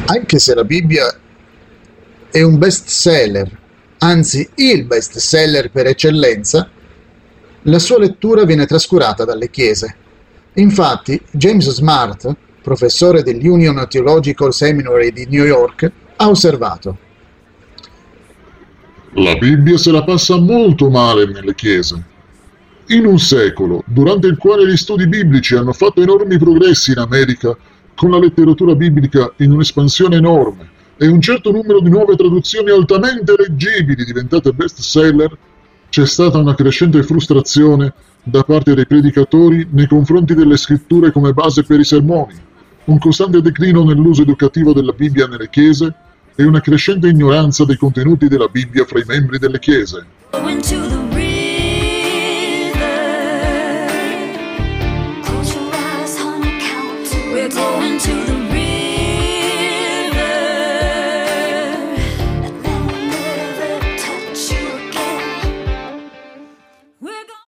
Anche se la Bibbia è un best seller, anzi il best seller per eccellenza, la sua lettura viene trascurata dalle chiese. Infatti, James Smart, professore dell'Union Theological Seminary di New York, ha osservato: la Bibbia se la passa molto male nelle chiese. In un secolo, durante il quale gli studi biblici hanno fatto enormi progressi in America, con la letteratura biblica in un'espansione enorme e un certo numero di nuove traduzioni altamente leggibili diventate best seller, c'è stata una crescente frustrazione da parte dei predicatori nei confronti delle scritture come base per i sermoni, un costante declino nell'uso educativo della Bibbia nelle chiese e una crescente ignoranza dei contenuti della Bibbia fra i membri delle chiese.